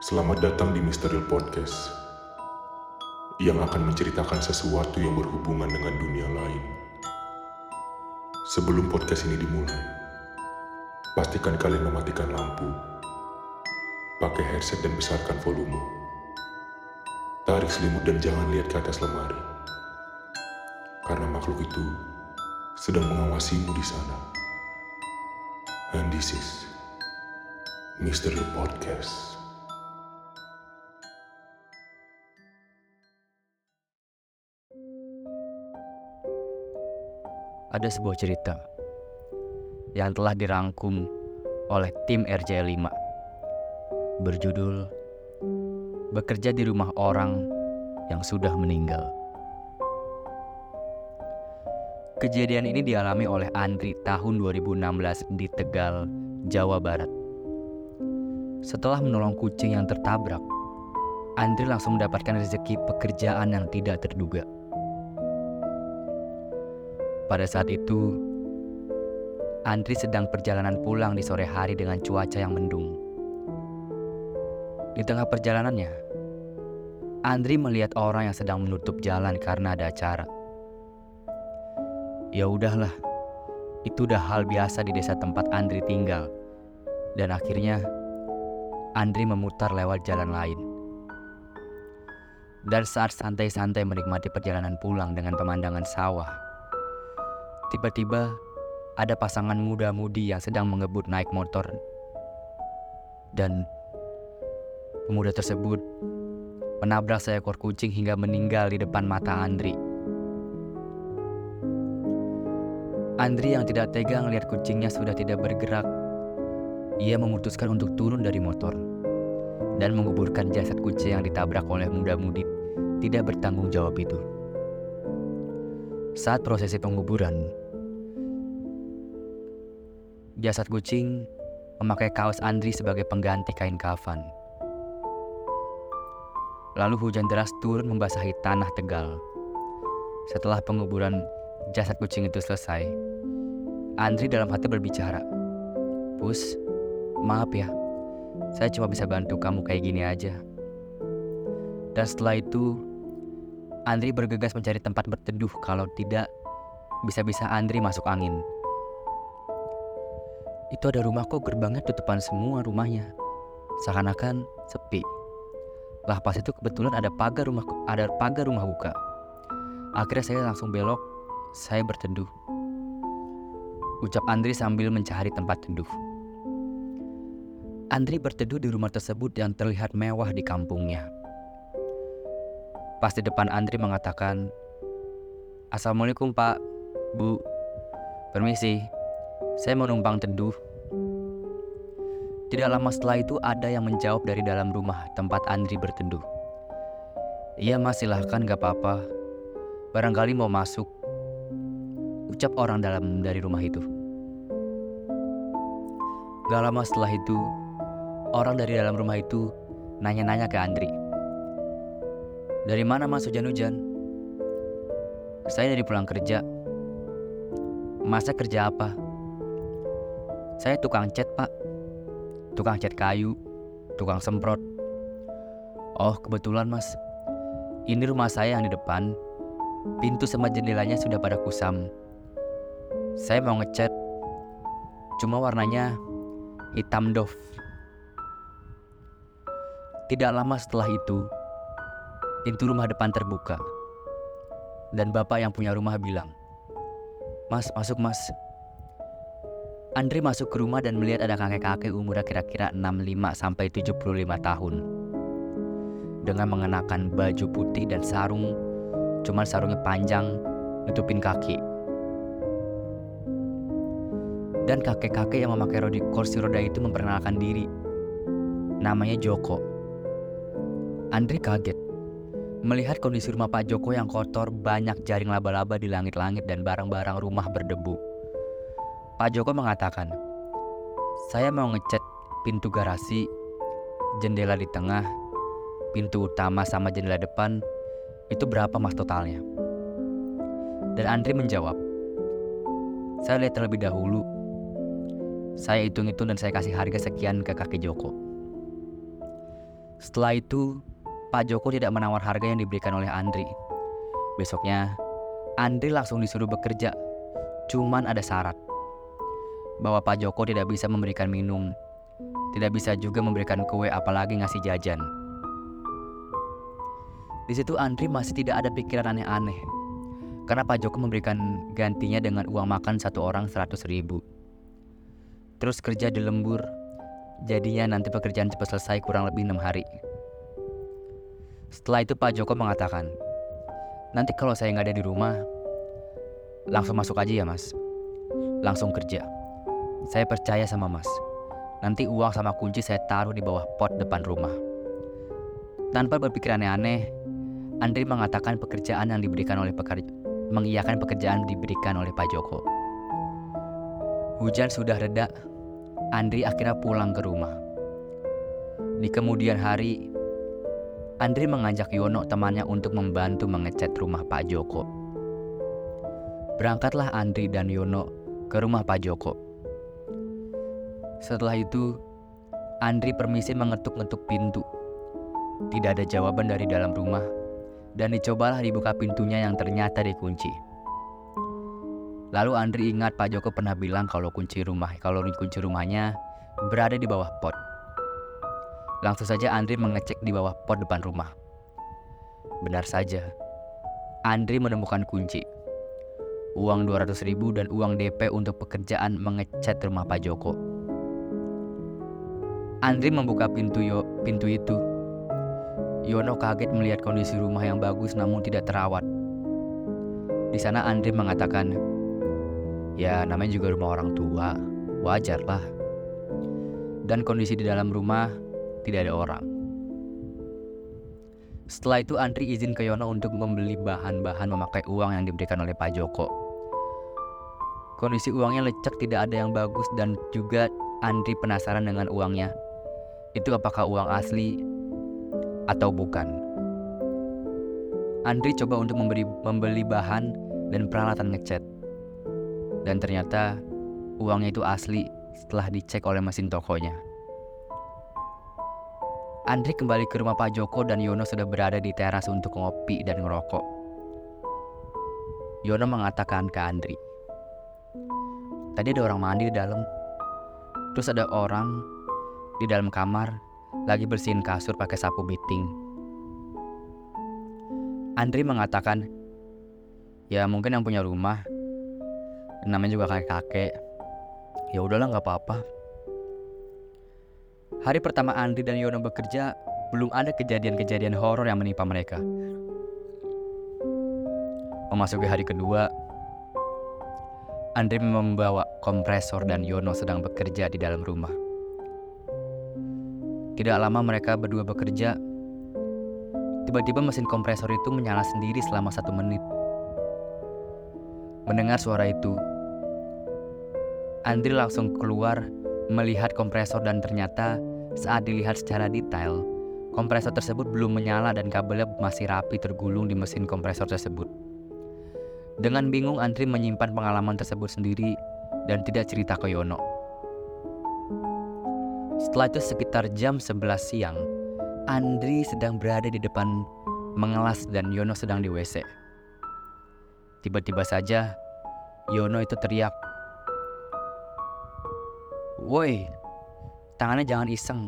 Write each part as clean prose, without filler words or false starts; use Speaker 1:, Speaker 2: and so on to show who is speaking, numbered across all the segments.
Speaker 1: Selamat datang di Misterial Podcast yang akan menceritakan sesuatu yang berhubungan dengan dunia lain. Sebelum podcast ini dimulai, pastikan kalian mematikan lampu, pakai headset dan besarkan volume. Tarik selimut dan jangan lihat ke atas lemari, karena makhluk itu sedang mengawasimu di sana. And this is Misterial Podcast.
Speaker 2: Ada sebuah cerita yang telah dirangkum oleh tim RJ5 berjudul Bekerja di Rumah Orang yang Sudah Meninggal. Kejadian ini dialami oleh Andri tahun 2016 di Tegal, Jawa Barat. Setelah menolong kucing yang tertabrak, Andri langsung mendapatkan rezeki pekerjaan yang tidak terduga. Pada saat itu, Andri sedang perjalanan pulang di sore hari dengan cuaca yang mendung. Di tengah perjalanannya, Andri melihat orang yang sedang menutup jalan karena ada acara. Ya udahlah, itu udah hal biasa di desa tempat Andri tinggal. Dan akhirnya, Andri memutar lewat jalan lain. Dan saat santai-santai menikmati perjalanan pulang dengan pemandangan sawah, tiba-tiba ada pasangan muda-mudi yang sedang mengebut naik motor. Dan pemuda tersebut menabrak seekor kucing hingga meninggal di depan mata Andri. Andri yang tidak tega melihat kucingnya sudah tidak bergerak, ia memutuskan untuk turun dari motor dan menguburkan jasad kucing yang ditabrak oleh muda-mudi tidak bertanggung jawab itu. Saat prosesi penguburan, jasad kucing memakai kaos Andri sebagai pengganti kain kafan. Lalu hujan deras turun membasahi tanah Tegal. Setelah penguburan jasad kucing itu selesai, Andri dalam hati berbicara, "Pus, maaf ya, saya cuma bisa bantu kamu kayak gini aja." Dan setelah itu, Andri bergegas mencari tempat berteduh, kalau tidak, bisa-bisa Andri masuk angin. Itu ada rumah kok gerbangnya tutupan semua rumahnya, seakan-akan sepi. Lah pas itu kebetulan ada pagar rumah buka. Akhirnya saya langsung belok, saya berteduh, ucap Andri sambil mencari tempat teduh. Andri berteduh di rumah tersebut yang terlihat mewah di kampungnya. Pas di depan Andri mengatakan, "Assalamualaikum Pak, Bu, permisi, saya mau numpang teduh." Tidak lama setelah itu ada yang menjawab dari dalam rumah tempat Andri berteduh, "Iya Mas, silahkan, gak apa-apa. Barangkali mau masuk," ucap orang dalam dari rumah itu. Gak lama setelah itu, orang dari dalam rumah itu nanya-nanya ke Andri, "Dari mana Mas hujan-hujan?" "Saya dari pulang kerja." "Masnya kerja apa?" "Saya tukang cat Pak. Tukang cat kayu, tukang semprot." "Oh kebetulan Mas, ini rumah saya yang di depan, pintu sama jendelanya sudah pada kusam. Saya mau ngecat, cuma warnanya hitam doff." Tidak lama setelah itu, pintu rumah depan terbuka, dan bapak yang punya rumah bilang, "Mas, masuk Mas." Andri masuk ke rumah dan melihat ada kakek-kakek umurnya kira-kira 65-75 tahun, dengan mengenakan baju putih dan sarung, cuman sarungnya panjang, nutupin kaki. Dan kakek-kakek yang memakai kursi roda itu memperkenalkan diri, namanya Joko. Andri kaget melihat kondisi rumah Pak Joko yang kotor, banyak jaring laba-laba di langit-langit dan barang-barang rumah berdebu. Pak Joko mengatakan, "Saya mau ngecat pintu garasi, jendela di tengah, pintu utama sama jendela depan. Itu berapa Mas totalnya?" Dan Andri menjawab, "Saya lihat terlebih dahulu. Saya hitung-hitung dan saya kasih harga sekian ke kakek Joko." Setelah itu, Pak Joko tidak menawar harga yang diberikan oleh Andri. Besoknya, Andri langsung disuruh bekerja. Cuman ada syarat, bahwa Pak Joko tidak bisa memberikan minum, tidak bisa juga memberikan kue apalagi ngasih jajan. Di situ Andri masih tidak ada pikiran aneh-aneh, karena Pak Joko memberikan gantinya dengan uang makan satu orang 100.000. Terus kerja di lembur, jadinya nanti pekerjaan cepat selesai kurang lebih 6 hari. Setelah itu Pak Joko mengatakan, nanti kalau saya nggak ada di rumah, langsung masuk aja ya mas, langsung kerja. Saya percaya sama mas. Nanti uang sama kunci saya taruh di bawah pot depan rumah. Tanpa berpikir aneh-aneh, Andri mengatakan pekerjaan yang diberikan oleh mengiyakan pekerjaan diberikan oleh Pak Joko. Hujan sudah reda, Andri akhirnya pulang ke rumah. Di kemudian hari, Andri mengajak Yono temannya untuk membantu mengecat rumah Pak Joko. Berangkatlah Andri dan Yono ke rumah Pak Joko. Setelah itu, Andri permisi mengetuk-ngetuk pintu. Tidak ada jawaban dari dalam rumah, dan dicobalah dibuka pintunya yang ternyata dikunci. Lalu Andri ingat Pak Joko pernah bilang kalau kunci rumahnya berada di bawah pot. Langsung saja Andri mengecek di bawah pot depan rumah. Benar saja, Andri menemukan kunci, uang 200.000 dan uang DP untuk pekerjaan mengecat rumah Pak Joko. Andri membuka pintu itu. Yono kaget melihat kondisi rumah yang bagus namun tidak terawat. Di sana Andri mengatakan, ya namanya juga rumah orang tua, wajar lah. Dan kondisi di dalam rumah tidak ada orang. Setelah itu Andri izin ke Yono untuk membeli bahan-bahan memakai uang yang diberikan oleh Pak Joko. Kondisi uangnya lecek, tidak ada yang bagus, dan juga Andri penasaran dengan uangnya. Itu apakah uang asli atau bukan. Andri coba untuk membeli bahan dan peralatan ngecat. Dan ternyata uangnya itu asli setelah dicek oleh mesin tokonya. Andri kembali ke rumah Pak Joko dan Yono sudah berada di teras untuk ngopi dan ngerokok. Yono mengatakan ke Andri, tadi ada orang mandi di dalam. Terus ada orang di dalam kamar lagi bersihin kasur pakai sapu biting. Andri mengatakan, ya mungkin yang punya rumah, namanya juga kakek-kakek. Ya udahlah, nggak apa-apa. Hari pertama Andri dan Yono bekerja, belum ada kejadian-kejadian horor yang menimpa mereka. Memasuki hari kedua, Andri membawa kompresor dan Yono sedang bekerja di dalam rumah. Tidak lama mereka berdua bekerja, tiba-tiba mesin kompresor itu menyala sendiri selama 1 menit. Mendengar suara itu, Andri langsung keluar melihat kompresor dan ternyata saat dilihat secara detail, kompresor tersebut belum menyala dan kabelnya masih rapi tergulung di mesin kompresor tersebut. Dengan bingung, Andri menyimpan pengalaman tersebut sendiri dan tidak cerita ke Yono. Setelah itu sekitar jam 11 siang, Andri sedang berada di depan mengelas dan Yono sedang di WC. Tiba-tiba saja Yono itu teriak, "Woi, tangannya jangan iseng."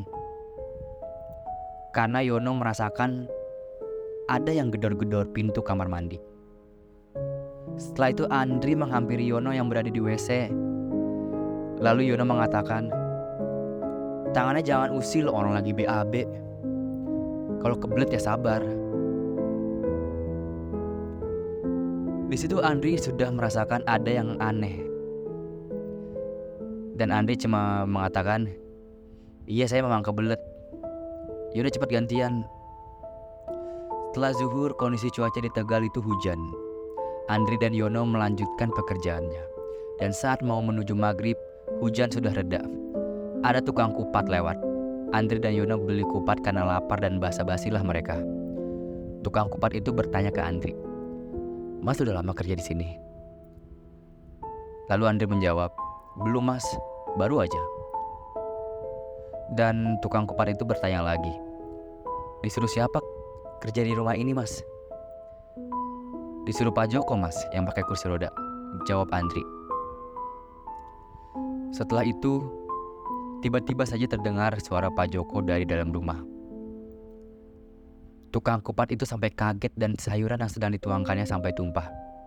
Speaker 2: Karena Yono merasakan ada yang gedor-gedor pintu kamar mandi. Setelah itu Andri menghampiri Yono yang berada di WC. Lalu Yono mengatakan, tangannya jangan usil, orang lagi BAB. Kalau kebelet ya sabar. Di situ Andri sudah merasakan ada yang aneh. Dan Andri cuma mengatakan, iya saya memang kebelet. Yaudah cepat gantian. Setelah zuhur, kondisi cuaca di Tegal itu hujan. Andri dan Yono melanjutkan pekerjaannya. Dan saat mau menuju maghrib, hujan sudah reda. Ada tukang kupat lewat. Andri dan Yono beli kupat karena lapar dan basa-basilah mereka. Tukang kupat itu bertanya ke Andri, "Mas sudah lama kerja di sini?" Lalu Andri menjawab, "Belum mas, baru aja." Dan tukang kupat itu bertanya lagi, Disuruh siapa kerja di rumah ini, Mas? Disuruh Pak Joko, Mas, yang pakai kursi roda, jawab Andri. Setelah itu, tiba-tiba saja terdengar suara Pak Joko dari dalam rumah. Tukang kupat itu sampai kaget dan sayuran yang sedang dituangkannya sampai tumpah.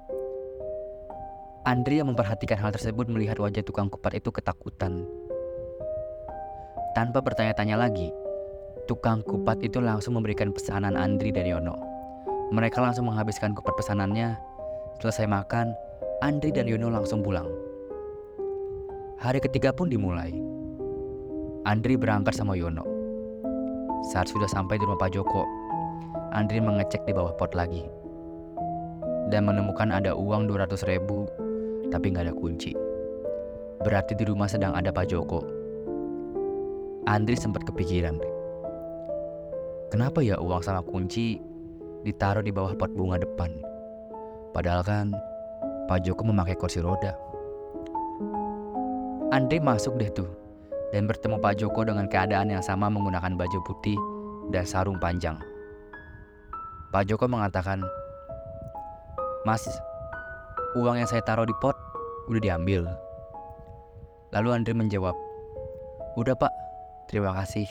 Speaker 2: Andri yang memperhatikan hal tersebut melihat wajah tukang kupat itu ketakutan. Tanpa bertanya-tanya lagi, tukang kupat itu langsung memberikan pesanan Andri dan Yono. Mereka langsung menghabiskan kupat pesanannya. Selesai makan, Andri dan Yono langsung pulang. Hari ketiga pun dimulai. Andri berangkat sama Yono. Saat sudah sampai di rumah Pak Joko, Andri mengecek di bawah pot lagi dan menemukan ada uang 200.000, tapi nggak ada kunci. Berarti di rumah sedang ada Pak Joko. Andri sempat kepikiran, kenapa ya uang sama kunci ditaruh di bawah pot bunga depan? Padahal kan Pak Joko memakai kursi roda. Andri masuk deh tuh dan bertemu Pak Joko dengan keadaan yang sama menggunakan baju putih dan sarung panjang. Pak Joko mengatakan, "Mas, uang yang saya taruh di pot udah diambil." Lalu Andri menjawab, "Udah Pak, terima kasih.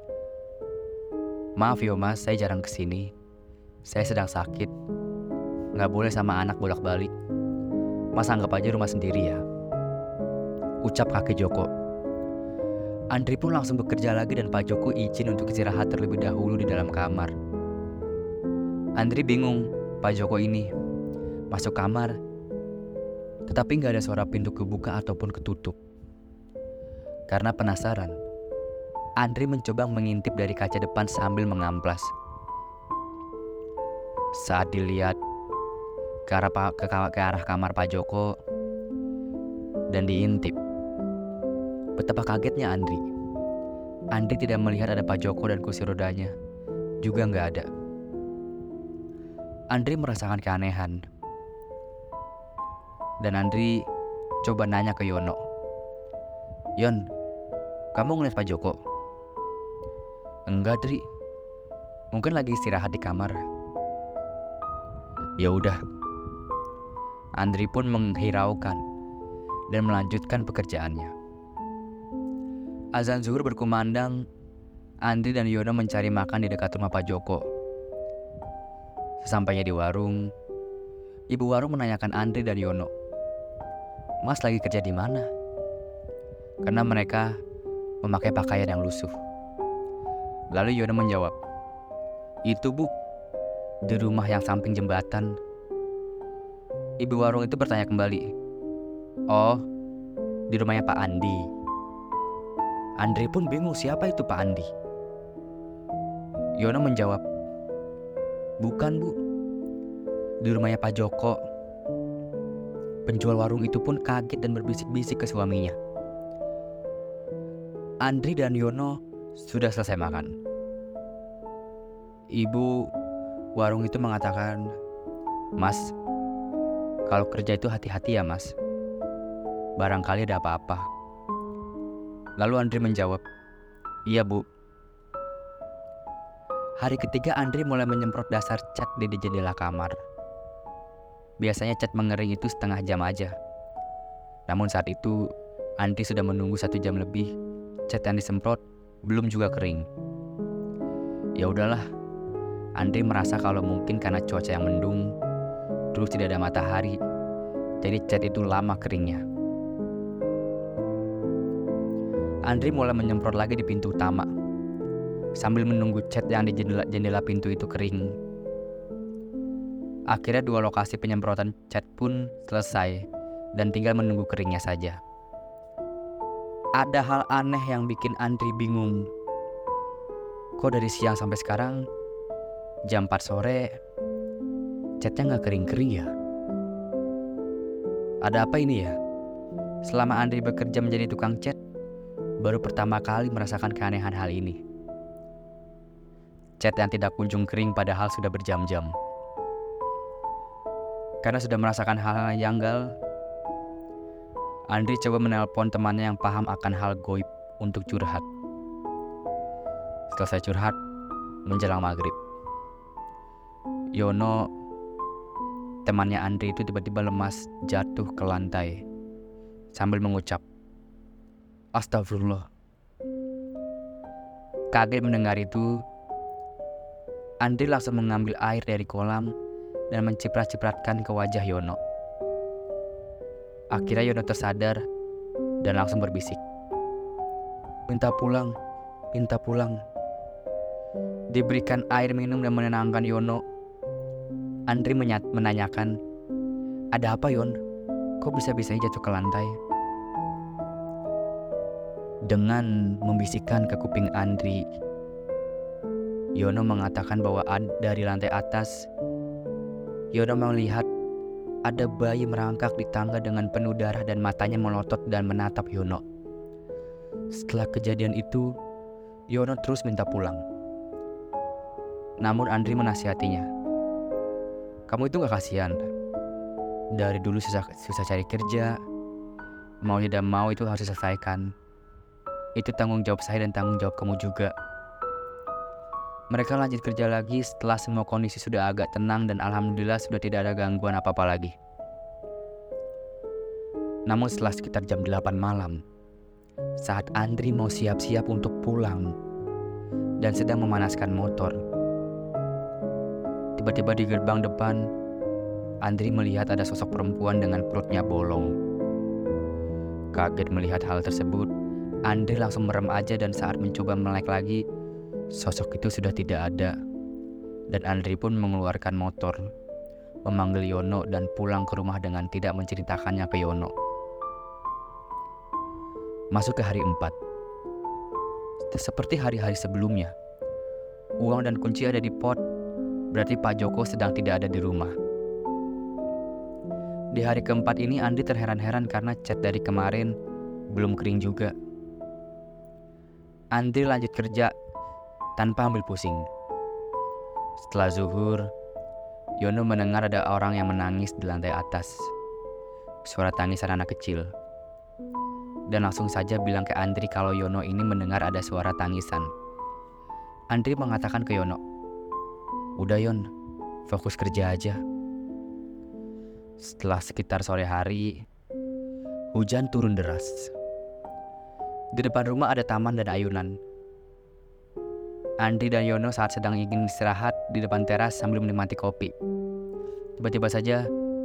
Speaker 2: Maaf yo Mas, saya jarang kesini. Saya sedang sakit. Nggak boleh sama anak bolak-balik. Mas anggap aja rumah sendiri ya," ucap kakek Joko. Andri pun langsung bekerja lagi dan Pak Joko izin untuk istirahat terlebih dahulu di dalam kamar. Andri bingung, Pak Joko ini masuk kamar, tetapi nggak ada suara pintu kebuka ataupun ketutup. Karena penasaran, Andri mencoba mengintip dari kaca depan sambil mengamplas. Saat dilihat ke arah kamar Pak Joko dan diintip, betapa kagetnya Andri. Andri tidak melihat ada Pak Joko dan kursi rodanya juga nggak ada. Andri merasakan keanehan. Dan Andri coba nanya ke Yono, "Yon, kamu ngeliat Pak Joko?" "Enggak, Dri. Mungkin lagi istirahat di kamar." "Ya udah." Andri pun menghiraukan dan melanjutkan pekerjaannya. Azan zuhur berkumandang. Andri dan Yono mencari makan di dekat rumah Pak Joko. Sesampainya di warung, ibu warung menanyakan Andri dan Yono, "Mas lagi kerja di mana?" Karena mereka memakai pakaian yang lusuh. Lalu Yono menjawab, "Itu Bu, di rumah yang samping jembatan." Ibu warung itu bertanya kembali, "Oh, di rumahnya Pak Andi?" Andri pun bingung siapa itu Pak Andi. Yono menjawab, "Bukan Bu, di rumahnya Pak Joko." Penjual warung itu pun kaget dan berbisik-bisik ke suaminya. Andri dan Yono sudah selesai makan. Ibu warung itu mengatakan, "Mas, kalau kerja itu hati-hati ya Mas. Barangkali ada apa-apa." Lalu Andri menjawab, "Iya Bu." Hari ketiga Andri mulai menyemprot dasar cat di jendela kamar. Biasanya cat mengering itu setengah jam aja. Namun saat itu Andri sudah menunggu 1 jam lebih. Cat yang disemprot belum juga kering. Ya udahlah, Andri merasa kalau mungkin karena cuaca yang mendung, terus tidak ada matahari, jadi cat itu lama keringnya. Andri mulai menyemprot lagi di pintu utama, sambil menunggu cat yang di jendela pintu itu kering. Akhirnya 2 lokasi penyemprotan cat pun selesai dan tinggal menunggu keringnya saja. Ada hal aneh yang bikin Andri bingung. Kok dari siang sampai sekarang, jam 4 sore, catnya gak kering-kering ya? Ada apa ini ya? Selama Andri bekerja menjadi tukang cat, baru pertama kali merasakan keanehan hal ini. Cat yang tidak kunjung kering padahal sudah berjam-jam. Karena sudah merasakan hal yang janggal, Andri coba menelpon temannya yang paham akan hal goib untuk curhat. Selesai curhat, menjelang maghrib. Yono, temannya Andri itu tiba-tiba lemas jatuh ke lantai sambil mengucap, "Astagfirullah." Kaget mendengar itu, Andri langsung mengambil air dari kolam dan menciprat-cipratkan ke wajah Yono. Akhirnya Yono tersadar dan langsung berbisik, "Minta pulang, minta pulang." Diberikan air minum dan menenangkan Yono, Andri menanyakan, "Ada apa, Yon? Kok bisa-bisanya jatuh ke lantai?" Dengan membisikkan ke kuping Andri, Yono mengatakan bahwa dari lantai atas, Yono melihat ada bayi merangkak di tangga dengan penuh darah dan matanya melotot dan menatap Yono. Setelah kejadian itu, Yono terus minta pulang. Namun Andri menasihatinya, "Kamu itu gak kasihan? Dari dulu susah cari kerja, mau tidak mau itu harus diselesaikan. Itu tanggung jawab saya dan tanggung jawab kamu juga." Mereka lanjut kerja lagi setelah semua kondisi sudah agak tenang dan alhamdulillah sudah tidak ada gangguan apa-apa lagi. Namun setelah sekitar jam 8 malam, saat Andri mau siap-siap untuk pulang dan sedang memanaskan motor, tiba-tiba di gerbang depan, Andri melihat ada sosok perempuan dengan perutnya bolong. Kaget melihat hal tersebut, Andri langsung merem aja dan saat mencoba melek lagi, sosok itu sudah tidak ada. Dan Andri pun mengeluarkan motor, memanggil Yono dan pulang ke rumah dengan tidak menceritakannya ke Yono. Masuk ke hari 4. Seperti hari-hari sebelumnya, uang dan kunci ada di pot, berarti Pak Joko sedang tidak ada di rumah. Di hari keempat ini Andri terheran-heran karena chat dari kemarin belum kering juga. Andri lanjut kerja tanpa ambil pusing. Setelah zuhur, Yono mendengar ada orang yang menangis di lantai atas. Suara tangisan anak kecil. Dan langsung saja bilang ke Andri kalau Yono ini mendengar ada suara tangisan. Andri mengatakan ke Yono, "Udah Yon, fokus kerja aja." Setelah sekitar sore hari, hujan turun deras. Di depan rumah ada taman dan ayunan. Andri dan Yono saat sedang ingin istirahat di depan teras sambil menikmati kopi. Tiba-tiba saja,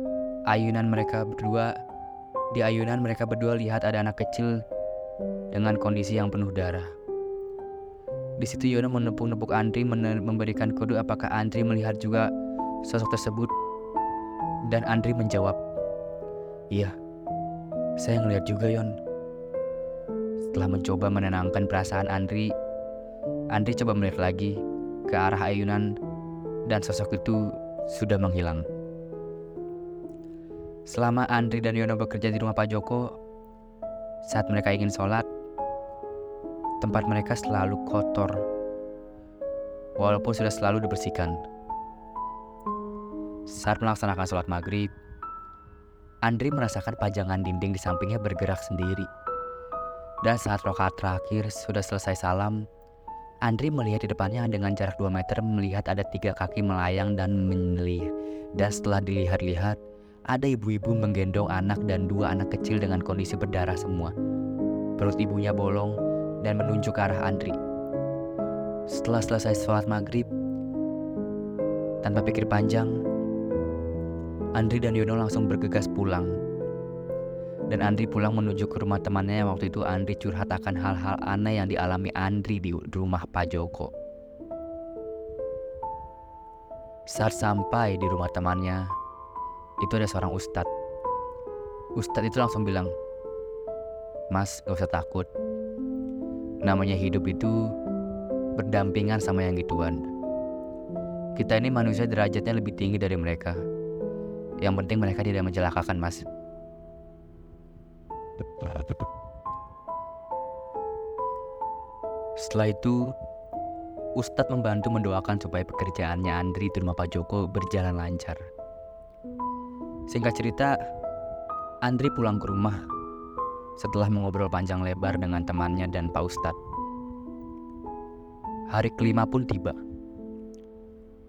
Speaker 2: di ayunan mereka berdua lihat ada anak kecil dengan kondisi yang penuh darah. Di situ Yono menepuk-nepuk Andri memberikan kode apakah Andri melihat juga sosok tersebut. Dan Andri menjawab, "Iya, saya ngelihat juga Yon." Setelah mencoba menenangkan perasaan Andri coba melihat lagi ke arah ayunan dan sosok itu sudah menghilang. Selama Andri dan Yono bekerja di rumah Pak Joko, saat mereka ingin sholat, tempat mereka selalu kotor, walaupun sudah selalu dibersihkan. Saat melaksanakan sholat maghrib, Andri merasakan pajangan dinding di sampingnya bergerak sendiri. Dan saat rakaat terakhir sudah selesai salam, Andri melihat di depannya dengan jarak 2 meter melihat ada 3 kaki melayang dan menelih. Dan setelah dilihat-lihat, ada ibu-ibu menggendong anak dan 2 anak kecil dengan kondisi berdarah semua. Perut ibunya bolong dan menunjuk ke arah Andri. Setelah selesai sholat maghrib, tanpa pikir panjang, Andri dan Yono langsung bergegas pulang. Dan Andri pulang menuju ke rumah temannya yang waktu itu Andri curhat akan hal-hal aneh yang dialami Andri di rumah Pak Joko. Saat sampai di rumah temannya, itu ada seorang ustadz. Ustadz itu langsung bilang, "Mas, gak usah takut. Namanya hidup itu berdampingan sama yang gituan. Kita ini manusia derajatnya lebih tinggi dari mereka. Yang penting mereka tidak mencelakakan, Mas." Setelah itu, Ustadz membantu mendoakan supaya pekerjaannya Andri di rumah Pak Joko berjalan lancar. Singkat cerita, Andri pulang ke rumah setelah mengobrol panjang lebar dengan temannya dan Pak Ustadz. Hari kelima pun tiba.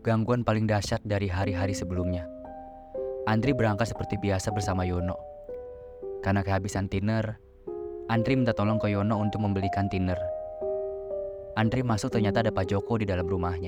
Speaker 2: gangguan paling dahsyat dari hari-hari sebelumnya. Andri berangkat seperti biasa bersama Yono. Karena kehabisan thinner, Andri minta tolong ke Yono untuk membelikan thinner. Andri masuk, ternyata ada Pak Joko di dalam rumahnya.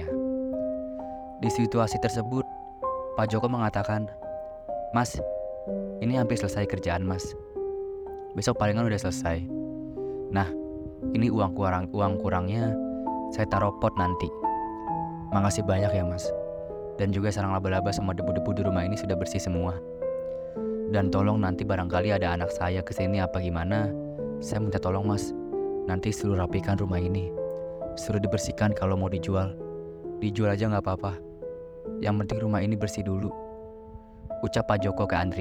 Speaker 2: Di situasi tersebut, Pak Joko mengatakan, "Mas, ini hampir selesai kerjaan mas. Besok palingan udah selesai. Nah, ini uang kurangnya saya taruh pot nanti. Makasih banyak ya mas. Dan juga sarang laba-laba sama debu-debu di rumah ini sudah bersih semua. Dan tolong nanti barangkali ada anak saya kesini apa gimana, saya minta tolong mas, nanti suruh rapikan rumah ini. Suruh dibersihkan, kalau mau dijual. Dijual aja gak apa-apa. Yang penting rumah ini bersih dulu," ucap Pak Joko ke Andri.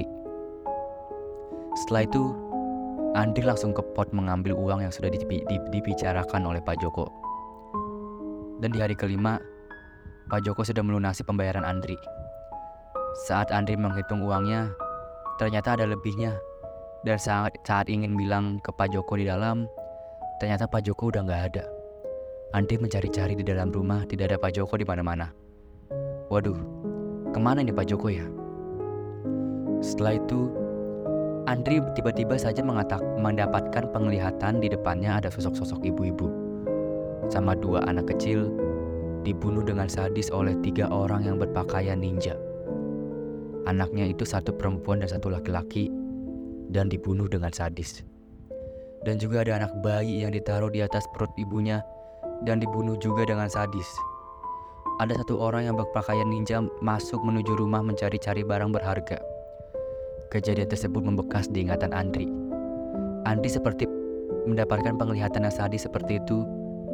Speaker 2: Setelah itu, Andri langsung ke pot mengambil uang yang sudah dibicarakan oleh Pak Joko. Dan di hari kelima, Pak Joko sudah melunasi pembayaran Andri. Saat Andri menghitung uangnya, ternyata ada lebihnya. Dan saat ingin bilang ke Pak Joko di dalam, ternyata Pak Joko udah gak ada. Andri mencari-cari di dalam rumah, tidak ada Pak Joko di mana-mana. Waduh, kemana ini Pak Joko ya? Setelah itu, Andri tiba-tiba saja mendapatkan penglihatan di depannya ada sosok-sosok ibu-ibu sama 2 anak kecil dibunuh dengan sadis oleh 3 orang yang berpakaian ninja. Anaknya itu 1 perempuan dan 1 laki-laki, dan dibunuh dengan sadis. Dan juga ada anak bayi yang ditaruh di atas perut ibunya dan dibunuh juga dengan sadis. Ada 1 orang yang berpakaian ninja masuk menuju rumah mencari-cari barang berharga. Kejadian tersebut membekas di ingatan Andri. Andri seperti mendapatkan penglihatan yang sadis seperti itu.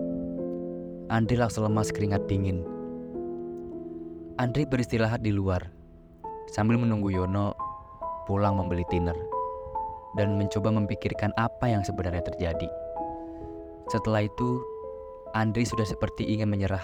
Speaker 2: Andri langsung lemas keringat dingin. Andri beristirahat di luar sambil menunggu Yono pulang membeli thinner dan mencoba memikirkan apa yang sebenarnya terjadi. Setelah itu, Andri sudah seperti ingin menyerah.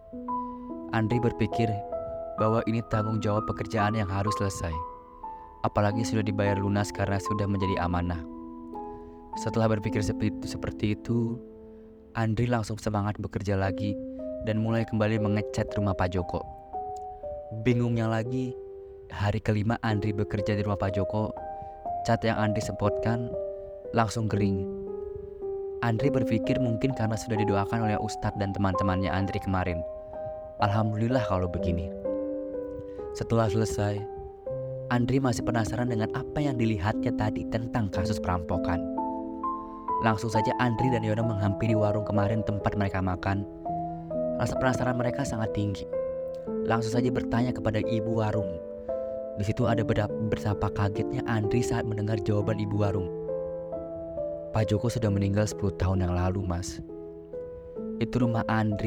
Speaker 2: Andri berpikir bahwa ini tanggung jawab pekerjaan yang harus selesai. Apalagi sudah dibayar lunas karena sudah menjadi amanah. Setelah berpikir seperti itu, Andri langsung semangat bekerja lagi dan mulai kembali mengecat rumah Pak Joko. Bingungnya lagi, hari kelima Andri bekerja di rumah Pak Joko, cat yang Andri semprotkan langsung kering. Andri berpikir mungkin karena sudah didoakan oleh Ustadz dan teman-temannya Andri kemarin. Alhamdulillah kalau begini. Setelah selesai, Andri masih penasaran dengan apa yang dilihatnya tadi tentang kasus perampokan. Langsung saja Andri dan Yono menghampiri warung kemarin tempat mereka makan. Rasa penasaran mereka sangat tinggi. Langsung saja bertanya kepada ibu warung. Di situ ada betapa kagetnya Andri saat mendengar jawaban ibu warung. "Pak Joko sudah meninggal 10 tahun yang lalu, Mas. Itu rumah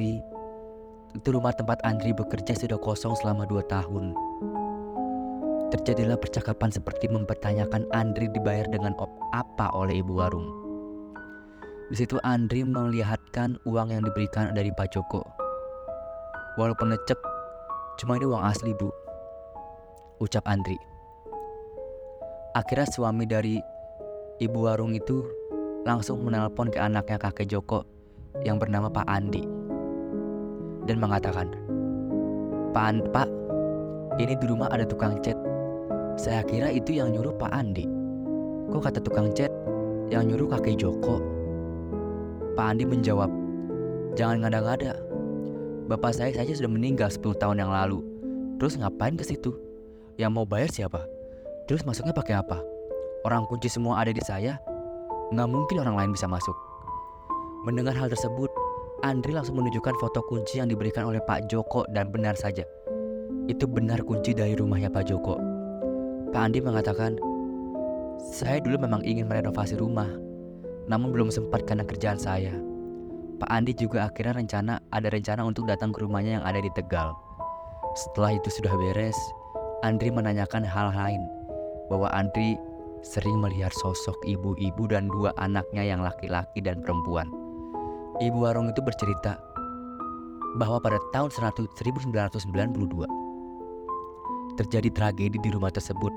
Speaker 2: tempat Andri bekerja sudah kosong selama 2 tahun. Terjadilah percakapan seperti mempertanyakan Andri dibayar dengan apa oleh ibu warung. Di situ Andri melihatkan uang yang diberikan dari Pak Joko. Walaupun lecek, cuma ini uang asli, Bu," ucap Andri. Akhirnya suami dari ibu warung itu langsung menelpon ke anaknya kakek Joko yang bernama Pak Andi dan mengatakan, Pak, ini di rumah ada tukang cat. Saya kira itu yang nyuruh Pak Andi. Kok kata tukang cat yang nyuruh kakek Joko?" Pak Andi menjawab, "Jangan ngada-ngada. Bapak saya saja sudah meninggal 10 tahun yang lalu. Terus ngapain ke situ? Yang mau bayar siapa? Terus masuknya pakai apa? Orang kunci semua ada di saya. Nggak mungkin orang lain bisa masuk." Mendengar hal tersebut, Andri langsung menunjukkan foto kunci yang diberikan oleh Pak Joko dan benar saja. Itu benar kunci dari rumahnya Pak Joko. Pak Andi mengatakan, "Saya dulu memang ingin merenovasi rumah, namun belum sempat karena kerjaan saya." Pak Andi juga akhirnya ada rencana untuk datang ke rumahnya yang ada di Tegal. Setelah itu sudah beres, Andri menanyakan hal lain, bahwa Andri sering melihat sosok ibu-ibu dan 2 anaknya yang laki-laki dan perempuan. Ibu warung itu bercerita bahwa pada tahun 1992 terjadi tragedi di rumah tersebut.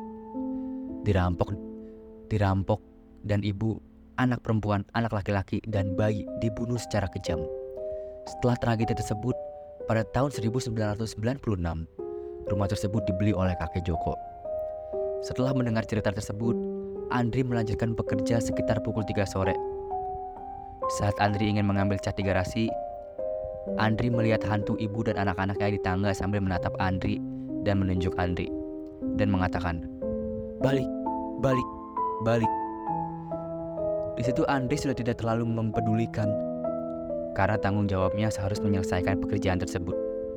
Speaker 2: Dirampok dan ibu, anak perempuan, anak laki-laki dan bayi dibunuh secara kejam. Setelah tragedi tersebut, Pada tahun 1996, rumah tersebut dibeli oleh kakek Joko. Setelah mendengar cerita tersebut, Andri melanjutkan bekerja sekitar pukul 3 sore. Saat Andri ingin mengambil cat di garasi, Andri melihat hantu ibu dan anak-anaknya di tangga sambil menatap Andri dan menunjuk Andri dan mengatakan, "Balik, balik, balik." Di situ Andri sudah tidak terlalu mempedulikan karena tanggung jawabnya seharus menyelesaikan pekerjaan tersebut.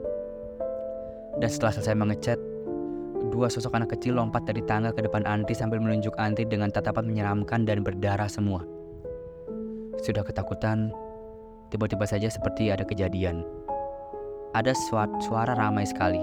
Speaker 2: Dan setelah selesai mengecat, dua sosok anak kecil lompat dari tangga ke depan Andri sambil menunjuk Andri dengan tatapan menyeramkan dan berdarah semua. Sudah ketakutan, tiba-tiba saja seperti ada kejadian. Ada suara ramai sekali.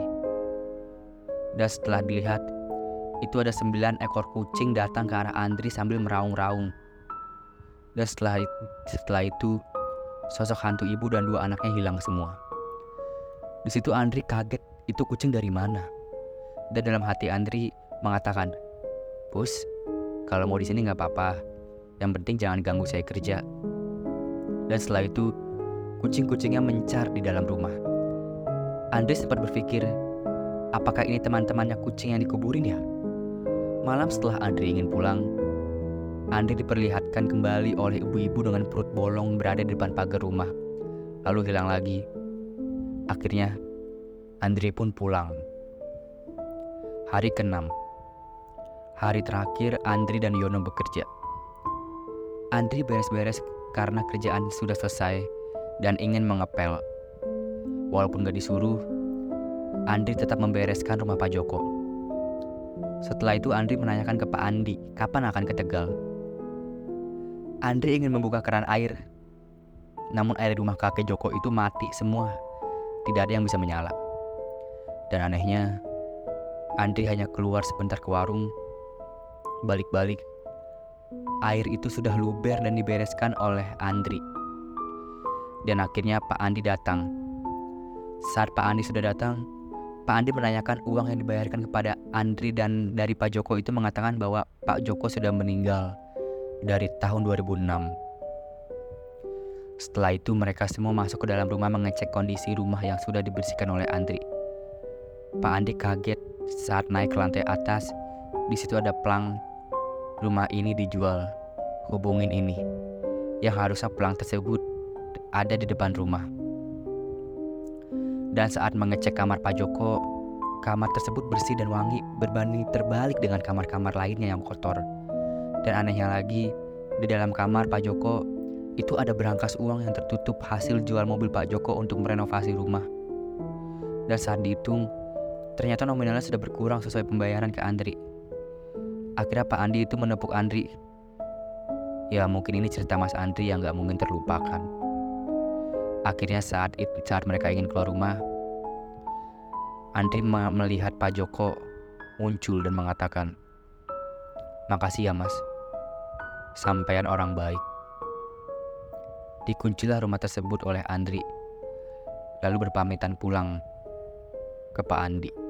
Speaker 2: Dan setelah dilihat, itu ada 9 ekor kucing datang ke arah Andri sambil meraung-raung. Dan setelah itu, sosok hantu ibu dan 2 anaknya hilang semua. Di situ Andri kaget, itu kucing dari mana? Dan dalam hati Andri mengatakan, "Bos, kalau mau di sini nggak apa-apa. Yang penting jangan ganggu saya kerja." Dan setelah itu, kucing-kucingnya mencar di dalam rumah. Andri sempat berpikir, apakah ini teman-temannya kucing yang dikuburin ya? Malam setelah Andri ingin pulang, Andri diperlihatkan kembali oleh ibu-ibu dengan perut bolong berada di depan pagar rumah, lalu hilang lagi. Akhirnya, Andri pun pulang. Hari ke-6, hari terakhir Andri dan Yono bekerja. Andri beres-beres karena kerjaan sudah selesai dan ingin mengepel. Walaupun gak disuruh, Andri tetap membereskan rumah Pak Joko. Setelah itu Andri menanyakan ke Pak Andi kapan akan ke Tegal. Andri ingin membuka keran air, namun air di rumah kakek Joko itu mati semua. Tidak ada yang bisa menyala. Dan anehnya, Andri hanya keluar sebentar ke warung. Balik-balik, air itu sudah luber dan dibereskan oleh Andri. Dan akhirnya Pak Andi datang. Saat Pak Andi sudah datang, Pak Andi menanyakan uang yang dibayarkan kepada Andri dan dari Pak Joko itu mengatakan bahwa Pak Joko sudah meninggal dari tahun 2006. Setelah itu mereka semua masuk ke dalam rumah mengecek kondisi rumah yang sudah dibersihkan oleh Andri. Pak Andi kaget saat naik ke lantai atas. Di situ ada plang, "Rumah ini dijual, hubungin ini." Yang harusnya plang tersebut ada di depan rumah. Dan saat mengecek kamar Pak Joko, kamar tersebut bersih dan wangi berbanding terbalik dengan kamar-kamar lainnya yang kotor. Dan anehnya lagi, di dalam kamar Pak Joko itu ada berangkas uang yang tertutup hasil jual mobil Pak Joko untuk merenovasi rumah. Dan saat dihitung, ternyata nominalnya sudah berkurang sesuai pembayaran ke Andri. Akhirnya Pak Andi itu menepuk Andri. Ya mungkin ini cerita Mas Andri yang gak mungkin terlupakan. Akhirnya saat mereka ingin keluar rumah, Andri melihat Pak Joko muncul dan mengatakan, "Makasih ya Mas, sampean orang baik." Dikuncilah rumah tersebut oleh Andri, lalu berpamitan pulang ke Pak Andi.